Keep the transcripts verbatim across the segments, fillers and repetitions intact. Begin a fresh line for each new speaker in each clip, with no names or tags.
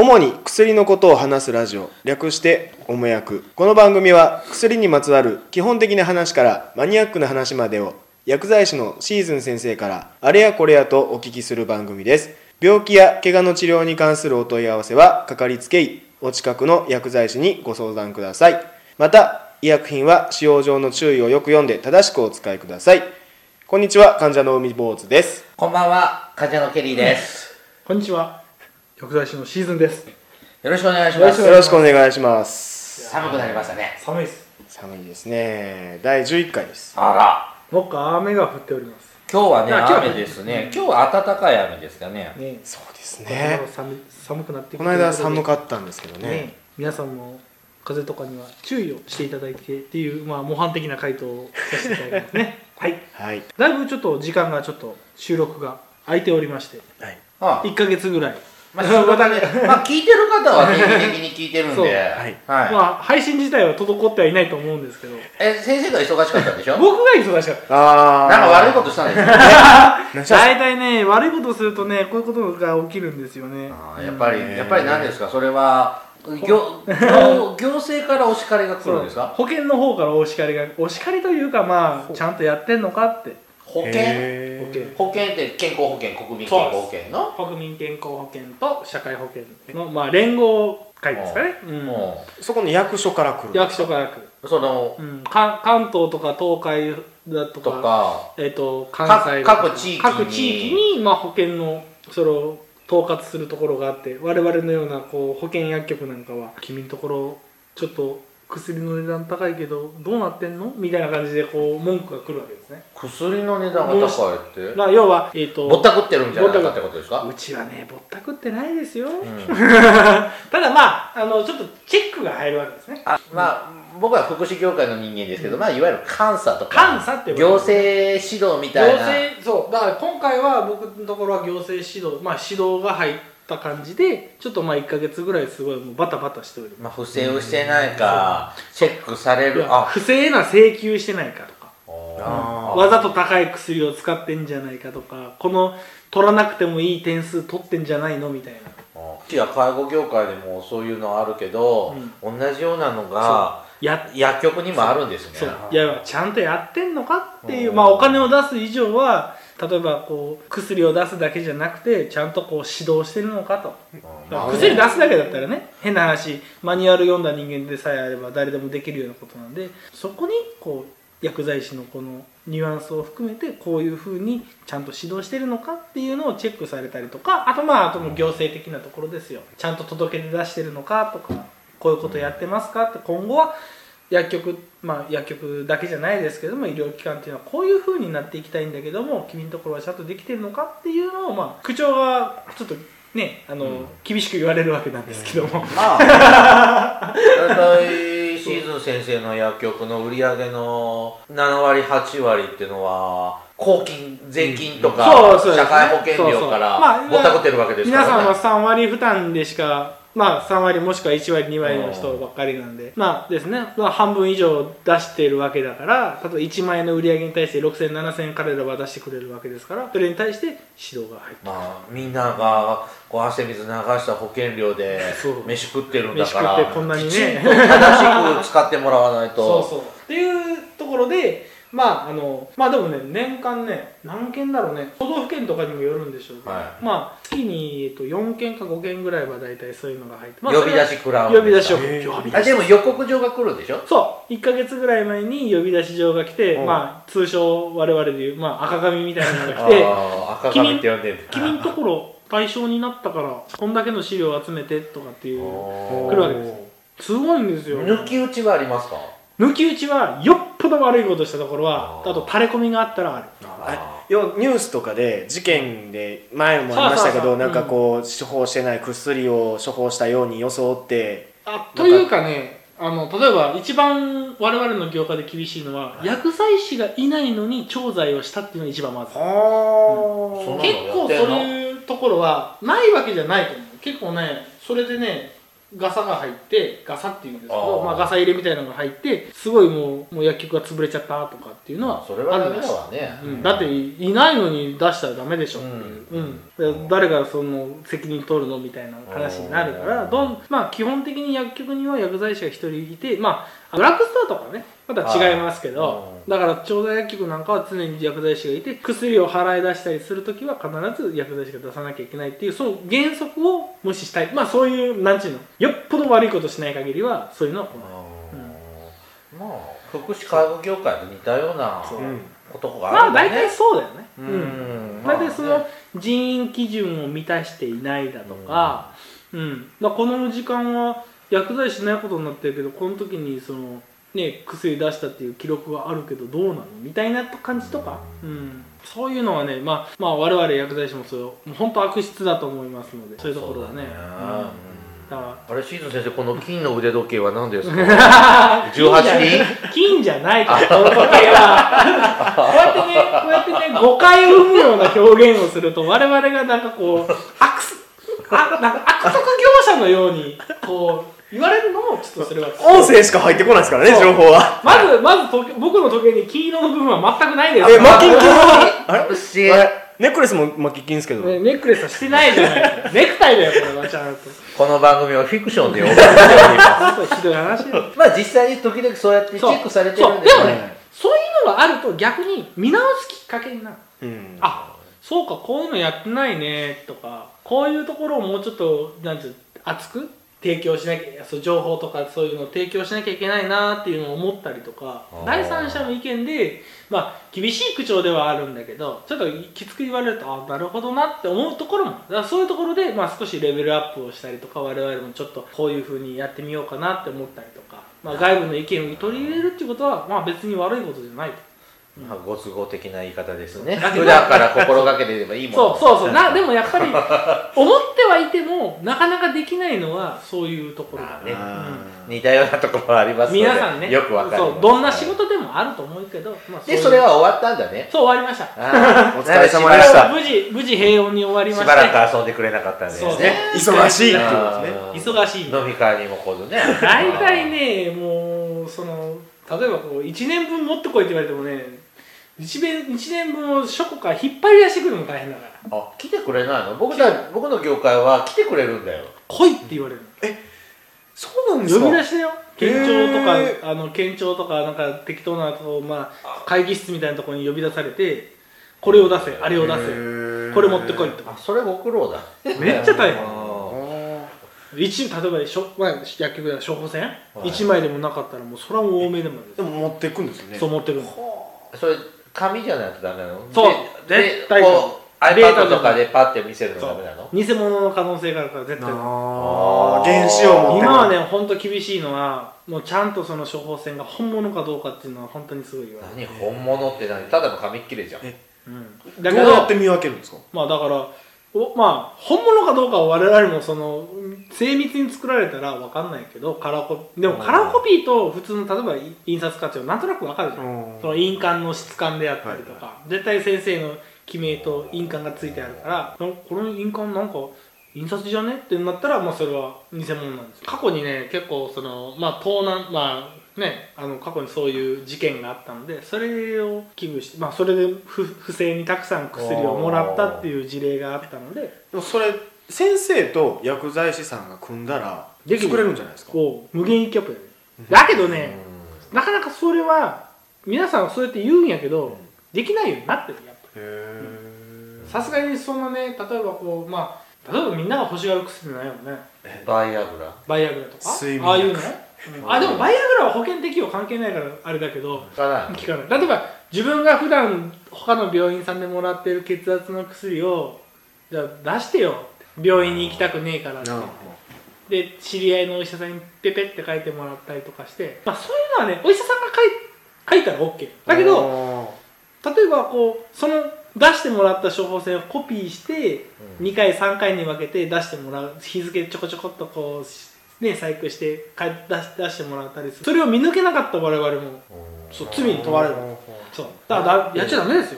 主に薬のことを話すラジオ、略しておもやく。この番組は薬にまつわる基本的な話からマニアックな話までを薬剤師のシーズン先生からあれやこれやとお聞きする番組です。病気や怪我の治療に関するお問い合わせはかかりつけ医お近くの薬剤師にご相談ください。また医薬品は使用上の注意をよく読んで正しくお使いください。こんにちは、患者の海坊主です。
こんばんは、患者のケリーです。
こんにちは、薬剤師のシーズンです。
よろしくお願いします。
よろしくお願いします。
寒くなりましたね。
寒いです。
寒いですね。だいじゅういっかいです。
あら、
もっか雨が降っております。
今日はね、
いや今日は
雨ですね。今日は暖かい雨ですかね。
ね、
そうです
こ
ね
の。寒寒くなってきて、
この間寒かったんですけどね。
ね、皆さんも風邪とかには注意をしていただいてっていう、まあ、模範的な回答をさせていただきますね。はい。
はい。
だいぶちょっと時間がちょっと収録が空いておりまして、
はい。
ああ
いっかげつぐらい。
まあ、仕事ね、まあ、聞いてる方は定期的に聞いてるん
そう
で、
はい。
はい。
まあ、配信自体は滞ってはいないと思うんですけど、
え、先生が忙しかったんでしょ？
僕が忙しかった。
あー。
なんか悪いことしたんですよね。
何したん
大体ね、悪いことするとね、こういうことが起きるんですよね。
ああやっぱり、
うん
やっぱり何ですか、それは、行行行政からお叱りが来るんですか？
保険の方からお叱りが、お叱りというか、まあ、ちゃんとやってんのかって。
保険
へー
保険
保険って健康保険、国民健康保険の？
国民健康保険と社会保険の、まあ、連合会ですかね。うん
も
そこの役所から来る。
役所から来る。
うその、
うん、か関東とか東海だとか、
とか、
えっと関西だとか
各地域に
各地域に、まあ、保険のそれを統括するところがあって、我々のようなこう保険薬局なんかは君のところちょっと薬の値段高いけどどうなってんのみたいな感じでこう文句が来るわけですね。
薬の値段が高いって
まあ、要は、えっと
ぼったくってるんじゃないかってことですか？
うちはねぼったくってないですよ、
うん
ただまああのちょっとチェックが入るわけですね。
あまあ僕は福祉業界の人間ですけど、まあ、いわゆる監査とか
監査って
行政指導みたいな。
行政そうだから今回は僕のところは行政指導まあ指導が入った感じでちょっとまあいっかげつぐらいすごいもうバタバタしております。
まあ、不正をしてないかチェックされ
いや
る。あ
不正な請求してないかとか、
あー
わざと高い薬を使ってんじゃないかとか、この取らなくてもいい点数取ってんじゃないのみたいな。
いや介護業界でもそういうのあるけど、同じようなのが
や
薬局にもあるんですね。
そういやちゃんとやってんのかっていう、まあ、お金を出す以上は例えばこう薬を出すだけじゃなくてちゃんとこう指導してるのかと。
まあ
薬出すだけだったらね、変な話マニュアル読んだ人間でさえあれば誰でもできるようなことなんで、そこにこう薬剤師のこのニュアンスを含めてこういうふうにちゃんと指導してるのかっていうのをチェックされたりとか、あとまああとも行政的なところですよ。ちゃんと届け出出してるのかとか、こういうことやってますかって、今後は薬局まあ薬局だけじゃないですけども医療機関っていうのはこういうふうになっていきたいんだけども、君のところはちゃんとできてるのかっていうのを、まあ口調がちょっとねあの、うん、厳しく言われるわけなんですけども、
まあ大体シーズン先生の薬局の売り上げのななわりはちわりっていうのは公金税金とか、うん、社会保険料からぼったくってるわけですからね。
皆さんはさんわり負担でしかまあさんわりもしくはいちわりにわりの人ばっかりなんで、まあですね、まあ、半分以上出しているわけだから、例えばいちまんえんの売り上げに対してろくせんななせんえん彼らは出してくれるわけですから、それに対して指導が入って、
まあみんながこう汗水流した保険料で飯食ってるんだから、
飯食ってこんなにね
きちんと正しく使ってもらわないと
そうそうっていうところで、まああのまあでもね年間ね何件だろうね、都道府県とかにもよるんでしょうけど、はい、まあ月に、えっと、よんけんかごけんぐらいは大体そういうのが入って、まあ、
呼び出し食らうん
呼び出しを呼び出し
あでも予告状が来るんでしょ？
そういっかげつぐらい前に呼び出し状が来て、まあ通称我々でいう、まあ、赤紙みたいなのが来て
あ赤紙って呼んでるんです
君のところ対象になったからこんだけの資料を集めてとかっていう来るわけですよ。すごいんですよ。
抜き打ちはありますか？
抜き打ちはよっぽど悪いことしたところは、あと垂れ込みがあったらある。
あ要ニュースとかで事件で前もありましたけど、なんかこう処方してない薬を処方したように装って、
あというかね、あの例えば一番我々の業界で厳しいのは、はい、薬剤師がいないのに調剤をしたっていうのが一番まず、うん、結構そういうところはないわけじゃないと思う。結構ねそれでねガサが入ってガサっていうんですけど、
あ
まあ、ガサ入れみたいなのが入ってすごいもう、もう薬局が潰れちゃったとかっていうのは
それはダメだわね、
うん、だっていないのに出したらダメでしょっていう、うんうん、誰がその責任取るのみたいな話になるからどん、まあ、基本的に薬局には薬剤師がひとりいて、まあ、ドラッグストアとかねまた違いますけど、だから調剤薬局なんかは常に薬剤師がいて薬を払い出したりするときは必ず薬剤師が出さなきゃいけないっていうその原則を無視したい、まあそういうなんちゅうのよっぽど悪いことしない限りはそういうのは来ない、
うん、まあ福祉介護業界と似たようなことがあるんだね。
まあ大体そうだよね、
う
うんん、大体その人員基準を満たしていないだとか、うんうん、だからこの時間は薬剤師しないことになってるけどこの時にそのね、薬出したっていう記録があるけどどうなのみたいな感じとか、うん、そういうのはね、まあ、まあ我々薬剤師もそうもう本当悪質だと思いますのでそういうところはね。
だからあれシーズン先生この金の腕時計は何ですかじゅうはち金
金じゃないからこの時計はこうやってねこうやってね誤解を生むような表現をすると我々がなんかこう悪あなんか悪徳業者のようにこう言われるのもちょっとそれは
音声しか入ってこないですからね情報は。
まずまず時僕の時計に金色の部分は全くないです。
え巻き金
あれ
あれネックレスも巻き金ですけど、
ね、ネックレスはしてないじゃないネクタイだよこれはちゃんと。
この番組をフィクションでお送りしております
ひどい話だよ。
まあ実際に時々そうやってチェックされてるんですよね。
でもねそういうのがあると逆に見直すきっかけになる、うん、あそうかこういうのやってないねとかこういうところをもうちょっとなんていう熱く提供しなきゃそう情報とかそういうのを提供しなきゃいけないなっていうのを思ったりとか第三者の意見でまあ厳しい口調ではあるんだけどちょっときつく言われるとあなるほどなって思うところもだからそういうところで、まあ、少しレベルアップをしたりとか我々もちょっとこういう風にやってみようかなって思ったりとか、まあ、外部の意見を取り入れるっていうことは、まあ、別に悪いことじゃないと。
まあ、ご都合的な言い方ですね。普段から心がけてればいいもの。
そうそうそうなでもやっぱり思ってはいてもなかなかできないのはそういうところだね、
うん、似たようなところはありますので
皆さんね
よくわかる。
そうどんな仕事でもあると思うけど、まあ、
でそれは終わったんだね。
そう終わりました。
お疲れ様でした。
無事無事平穏に終わりました。
しばらく遊んでくれなかったんですね。
忙しいってことですね。
忙しい
飲み会にも来ずね。
大体ねもうその例えばこういちねんぶん持ってこいって言われてもねいちねんぶんを書庫から引っ張り出してくるのも大変だから。
あ来てくれないの？僕だ僕の業界は来てくれるんだよ。
来いって言われる。
えそうなんですか？
呼び出しだよ。県庁とかあの県庁とかなんか適当なとまあ会議室みたいなところに呼び出されてこれを出せあれを出せこれ持ってこいとか。
あそれご苦労だ。
めっちゃ大変。一例えばしょ、まあ、薬局では処方箋、はい、いちまいでもなかったらもうそれはもう多めでもです。
でも持っていくんですよね。
そう持っていくんです。
それ紙じゃないとダメなの？
そう絶対
こう iPad とかでパッて見せるのダメなの？
偽物の可能性があるから絶対ダメ。
あ原子を持ってる。
今はね本当厳しいのはもうちゃんとその処方箋が本物かどうかっていうのは本当にすごい言われる。
何本物って何？ただの紙切れじゃん。
え、
うん、
だけどどうやって見分けるんですか？
まあだからおまあ本物かどうかは我々もその精密に作られたら分かんないけどカラーコでもカラーコピーと普通の例えば印刷価値はなんとなく分かるじゃん。その印鑑の質感であったりとか、はいはい、絶対先生の記名と印鑑がついてあるからこの印鑑なんか印刷じゃねってなったら、まあ、それは偽物なんです。過去にね結構そのまあ盗難まあね、あの過去にそういう事件があったのでそれを危惧して、まあ、それで不不正にたくさん薬をもらったっていう事例があったので
でもそれ先生と薬剤師さんが組んだら作れるんじゃないですか？
こう無限キャップだよね。だけどねなかなかそれは皆さんはそうやって言うんやけどできないようになってるやっぱさすがにそんなね例えばこうまあ例えばみんなが欲しがる薬ないよね。
バイアグラ
バイアグラとかああいうのうん、あでもバイアグラは保険適用関係ないからあれだけど
効かない
効かない例えば自分が普段他の病院さんでもらってる血圧の薬をじゃあ出してよ病院に行きたくねえからってで知り合いのお医者さんにペペって書いてもらったりとかして、まあ、そういうのはねお医者さんが書い、書いたら OK だけど例えばこうその出してもらった処方箋をコピーしてにかいさんかいに分けて出してもらう日付ちょこちょこっとこうね、細工して出し出してもらったりするそれを見抜けなかった我々もそう罪に問われるそうだからやっちゃダメですよそんなこ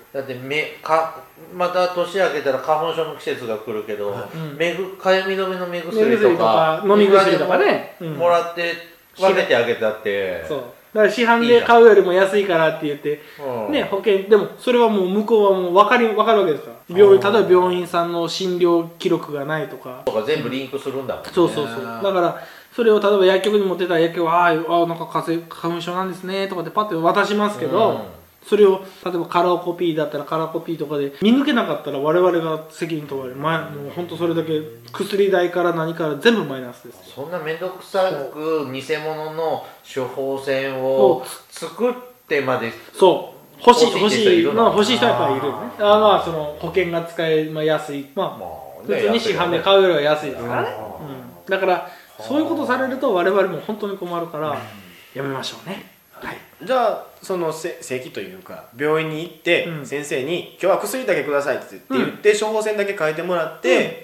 だって目かまた年明けたら花粉症の季節が来るけど、うん、目ぐかゆみ止めの目薬とか
飲み薬とかね、
うん、もらって分けてあげたって、
そうだから市販で買うよりも安いからって言って、うん、ね、保険でもそれはもう向こうはもう分かり分かるわけですから病院、例えば病院さんの診療記録がないとか
とか全部リンクするんだもんね。
そうそうそう。だからそれを例えば薬局に持ってたら薬局はああなんか風邪花粉症なんですねとかってパッて渡しますけど、うん、それを例えばカラーコピーだったらカラーコピーとかで見抜けなかったら我々が責任問われる、ま、もう本当それだけ薬代から何から全部マイナスです。
そんな面倒くさく偽物の処方箋を作ってまで
そう欲しい欲しいまあ欲しい人はやっぱりいるよね。あまあその保険が使え、まあ、安いまあ、まあ、普通に市販で買うよりは安いですからね、うん、だからそういうことされると我々も本当に困るからやめましょうね。はい、
じゃあそのせ席というか病院に行って、うん、先生に「今日は薬だけください」って言って、うん、処方箋だけ書いてもらって、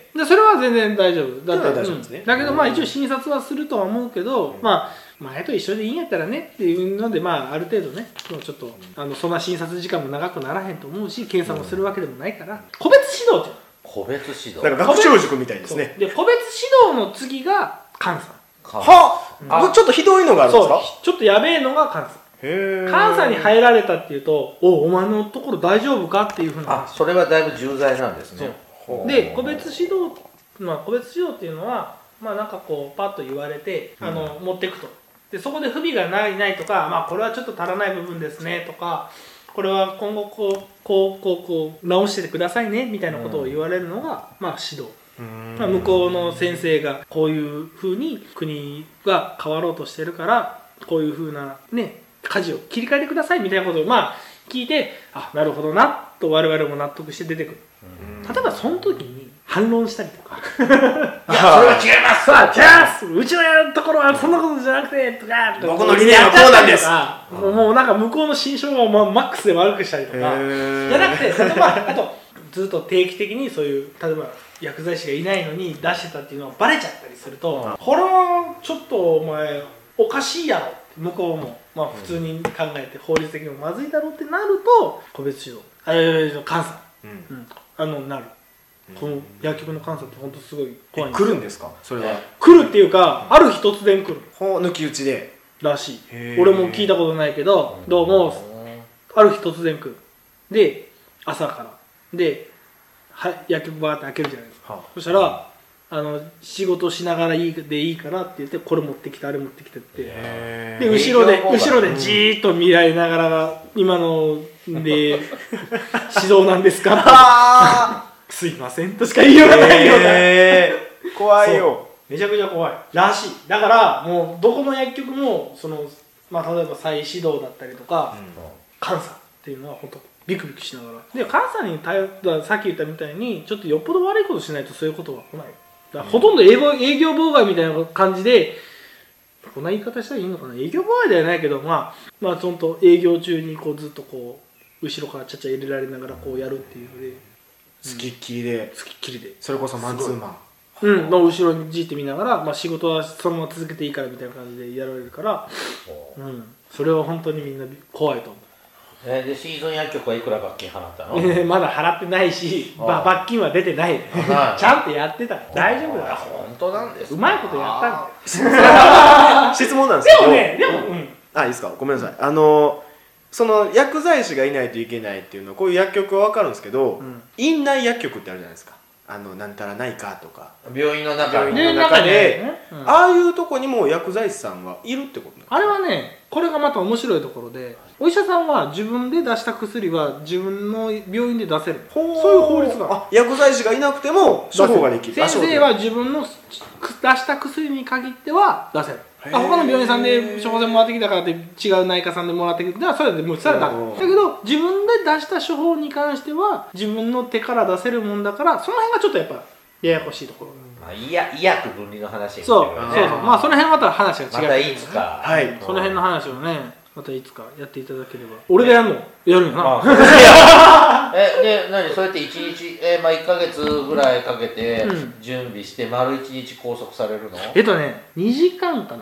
うん、でそれは全然大丈夫だって
大丈夫ですね、
うん、だけどまあ一応診察はするとは思うけど、うん、まあ前と一緒でいいんやったらねっていうので、まあある程度ねもうちょっとあのそんな診察時間も長くならへんと思うし検査もするわけでもないから、個別指導って
個別指導
だから学習塾みたいですね。
で個別指導の次が監査
はあ、うん、ちょっとひどいのがあるんですか。
そうちょっとやべえのが監査。監査に入られたっていうとおお前のところ大丈夫かっていうふうな。
あそれはだいぶ重罪なんですね。
で個別指導、まあ、個別指導っていうのはまあなんかこうパッと言われて、うん、あの持っていくとでそこで不備がないないとか、まあ、これはちょっと足らない部分ですねとかこれは今後こうこうこうこう直しててくださいねみたいなことを言われるのが、うん、まあ指導。まあ、向こうの先生がこういうふうに国が変わろうとしてるからこういうふうなね舵を切り替えてくださいみたいなことをまあ聞いてあなるほどなと我々も納得して出てくる。例えばその時に反論したりとかいやそれ
は違います
さあ違いますうちのやるところはそんなことじゃなくてとか
僕の理念はこうなんです
もうもうなんか向こうの心象をまあマックスで悪くしたりとかじゃなくて例えばあとずっと定期的にそういう例えば薬剤師がいないのに出してたっていうのがバレちゃったりすると、うん、これはちょっとお前おかしいやろ向こうも、まあ、普通に考えて法律的にもまずいだろうってなると個別指導あれ監査、うんうん、あのなる、うん、この薬局の監査って本当すごい怖いんです。
来るんですかそれは。
来るっていうか、うん、ある日突然来る
ほう抜き打ちで
らしい。俺も聞いたことないけどどうもある日突然来るで朝からではい、薬局バーって開けるじゃないですか、はあ、そしたらあの仕事しながらいいでいいからって言ってこれ持ってきてあれ持ってきてってで後ろで後ろでじーっと見られながら今ので指導なんですかすいませんとしか言いようがないような、え
ー、怖いよ
めちゃくちゃ怖いらしい。だからもうどこの薬局もその、まあ、例えば再指導だったりとか、うん、監査っていうのは本当ビクビクしながらで監査に頼ったさっき言ったみたいにちょっとよっぽど悪いことしないとそういうことは来ない。だからほとんど営業、営業妨害みたいな感じでこんな言い方したらいいのかな営業妨害ではないけどまあまあちょっと営業中にこうずっとこう後ろからちゃちゃ入れられながらこうやるっていうので
つきっきりで
つきっきりで
それこそマンツーマン
うんの後ろにじーって見ながら、まあ、仕事はそのまま続けていいからみたいな感じでやられるから、うん、それは本当にみんな怖いと思う。
えー、でシーズン薬局はいくら罰金払ったの？
えー、まだ払ってないし、ば罰金は出てない。ちゃんとやってた。大丈夫だよ。
本当なんですか？
うまいことやったんだよ。
質問なんですけど。
でもね、でも、うん、
あ、いいですか？ごめんなさい。あのその薬剤師がいないといけないっていうのはこういう薬局は分かるんですけど、うん、院内薬局ってあるじゃないですか。あのなんたらないかとか
病院の中
病院の中で、うん、ああいうとこにも薬剤師さんはいるってことなんですか？
あれはねこれがまた面白いところでお医者さんは自分で出した薬は自分の病院で出せるそういう法律が
あ薬剤師がいなくても処方ができる。
先生は自分の出した薬に限っては出せる。他の病院さんで処方箋もらってきたからって違う内科さんでもらってきたらそれでもうそれはダメだけど自分で出した処方に関しては自分の手から出せるもんだからその辺がちょっとやっぱややこしいところ。
まあ、医薬医薬分離の話、ね、
そうそうそうまあその辺また話が違う、ね、ま
たいつか
はい
その辺の話をねまたいつかやっていただければ俺がやるのやるよな。
えで何それっていちにち、えーまあ、いっかげつぐらいかけて準備して丸いちにち拘束されるの？
えっとねにじかんかな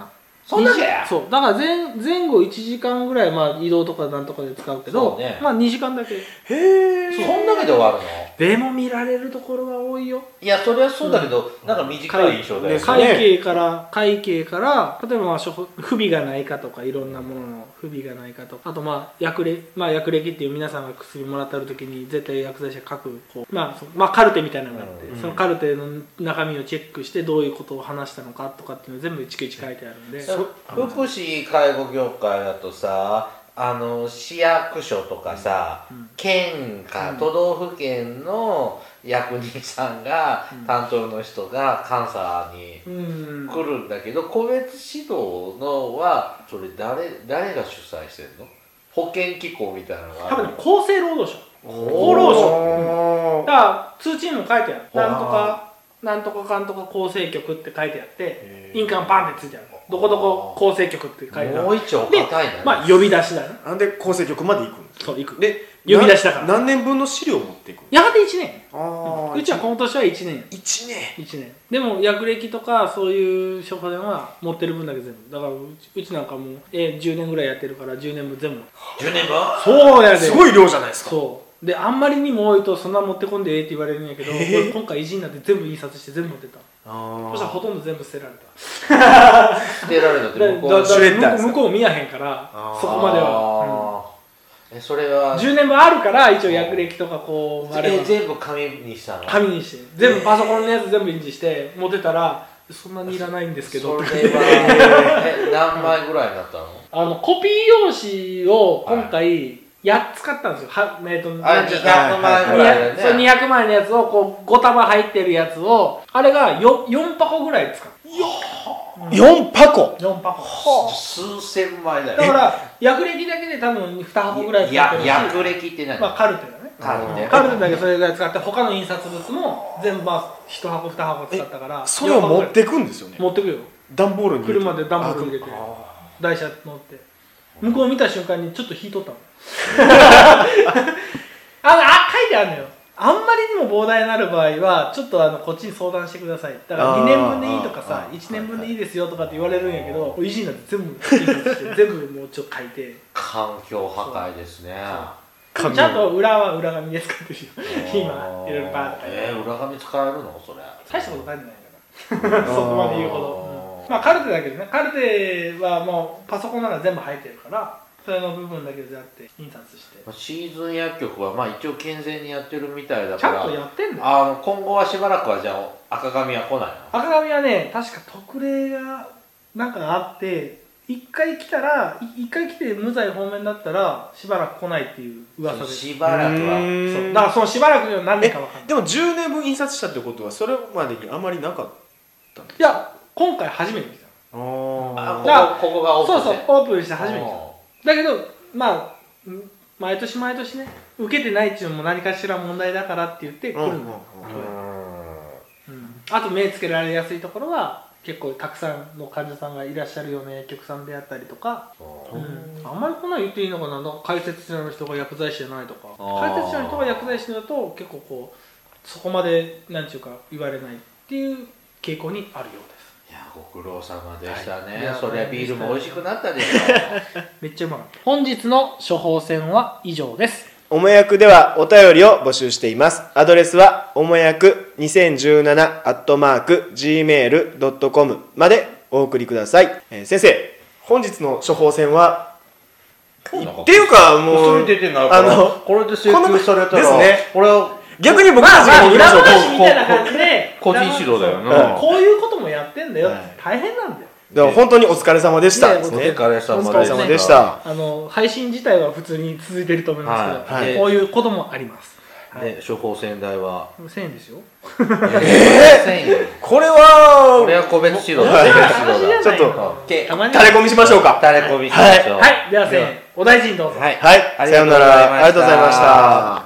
そんだけや
そうだから前前後いちじかんぐらい、まあ、移動とかなんとかで使うけど、
ね、
まあにじかんだけ。
へえ。
そんだけで終わるの？
でも見られるところが多いよ。
いやそれはそうだけど、うん、なんか短い印象だよね。
会計から会計から例えばまあ不備がないかとかいろんなものの不備がないかとか、あとまあ薬歴まあ薬歴っていう皆さんが薬もらった時に絶対薬剤師が書くこう、まあ、まあカルテみたいなのがあって、うん、そのカルテの中身をチェックしてどういうことを話したのかとかっていうのを全部逐一書いてあるんで。
福祉介護業界だとさ、あの市役所とかさ、うん、県か都道府県の役人さんが、うん、担当の人が監査に来るんだけど、うん、個別指導のはそれ 誰, 誰が主催してるの？保健機構みたいなのがある。
多分、ね、厚生労働省厚労省、うん、だから通知にも書いてある。なんとかなんとかかんとか厚生局って書いてあって印鑑パンってついてある。どこどこ厚生局って書いてある。
もう一丁硬いな、ね、
まあ呼び出しだね。
なんで厚生局まで行くんですか？
そう行く。
で
呼び出しだから
何年分の資料を持っていく？
やがていちねん。
あ、
うん、うちは今年はいちねん。
いちねん。
いちねん。でも薬歴とかそういう処方箋は持ってる分だけ全部。だからうちなんかもうえじゅうねんぐらいやってるからじゅうねんぶん全部。
じゅうねんぶん？
そうやで。
すごい量じゃないですか。
そう。であんまりにも多いとそんな持ってこんでええって言われるんやけど、今回意地になって全部印刷して全部持ってた。あそしたらほとんど全部捨てられた。
捨てられたって向こう
だだ向こう見やへんからそこまでは、
うん、えそれは
じゅうねんぶんあるから一応薬歴とかこうあれ
え全部紙にしたの？
紙にして全部パソコンのやつ全部印字して持ってたらそんなにいらないんですけど。
それはえ何枚ぐらいになったの？
あのコピー用紙を今回、はいやっつ買ったんですよ。は、えーと、
あれにひゃくまいぐらいだよね。
そうにひゃくまいのやつをこうご束入ってるやつをあれが よんぱこぐらい使う。
よんぱこ
よんぱこ
数千枚だよ。
だから薬歴だけで多分に箱ぐらい使ってるし。
薬歴って何？
まあカルテだね。
カルテ。
カルテだけそれぐらい使って他の印刷物も全部まあいち箱に箱使ったから。
それを持ってくんですよね。
持ってくよ。
段ボールに
車で段ボールに入れて台車乗って。向こう見た瞬間にちょっと引いとったの。ああ書いてあるのよ。あんまりにも膨大になる場合はちょっとあのこっちに相談してください。だからにねんぶんでいいとかさいちねんぶんでいいですよとかって言われるんやけど、意地になって全部印刷して全部もうちょっと書いて。
環境破壊ですね。
ちゃんと裏は裏紙で使ってるよ。今いろいろバーッと。
えー、裏紙使えるのそれ？
大したこと書いてないからそこまで言うほど。まあカルテだけどね、カルテはもうパソコンなら全部入ってるからそれの部分だけであって印刷して。
シーズン薬局はまあ一応健全にやってるみたいだから。
ちゃんとやってんだよ。
あの今後はしばらくはじゃあ赤紙は来ないの？
赤紙はね確か特例がなんかあっていっかい来たらいっかい来て無罪放免だったらしばらく来ないっていう噂です。
しばらくは
そうだからそのしばらくは何年か分かんない。
でもじゅうねんぶん印刷したってことはそれまでにあまりなかったんですか？
いや今回初めて来た。
ああここがオープンして。
そうそうオープンして初めて来た。だけどまあ毎年毎年ね受けてないっていうのも何かしら問題だからって言って来るの。あと目つけられやすいところは結構たくさんの患者さんがいらっしゃるような薬局さんであったりとか、うん、あんまりこんなん言っていいのかな、解説者の人が薬剤師じゃないとか、解説者の人が薬剤師だと結構こうそこまでなんていうか言われないっていう傾向にあるようです。
いやご苦労様でしたね、はい、そりゃビールも美味しくなったでしょ
めっちゃうまかった。本日の処方箋は以上です。
おもやくではお便りを募集しています。アドレスはおもやくにせんじゅうななアットマークジーメールドットコム までお送りください。えー、先生、本日の処方箋はっていうかもう
あのこれで請求されたら、
ね、
これは
逆に僕たちが
裏話みたいな感じで
個人指導だよな。
こういうこともやってんだよ、はい、大変なんだよ。
でも本当にお疲れ様でした、ね、
お疲れ様
でした。
あの配信自体は普通に続いていると思いますけど、はい、こういうこともあります。
で、処方箋代は
せんえんですよ。
えー、これは
これは個別指導だ。
ちょっと垂れ込みしましょうか。
垂れ込みしましょう。
はい、ではせんえんお大事にどうぞ。
はい、さようなら、ありがとうございました。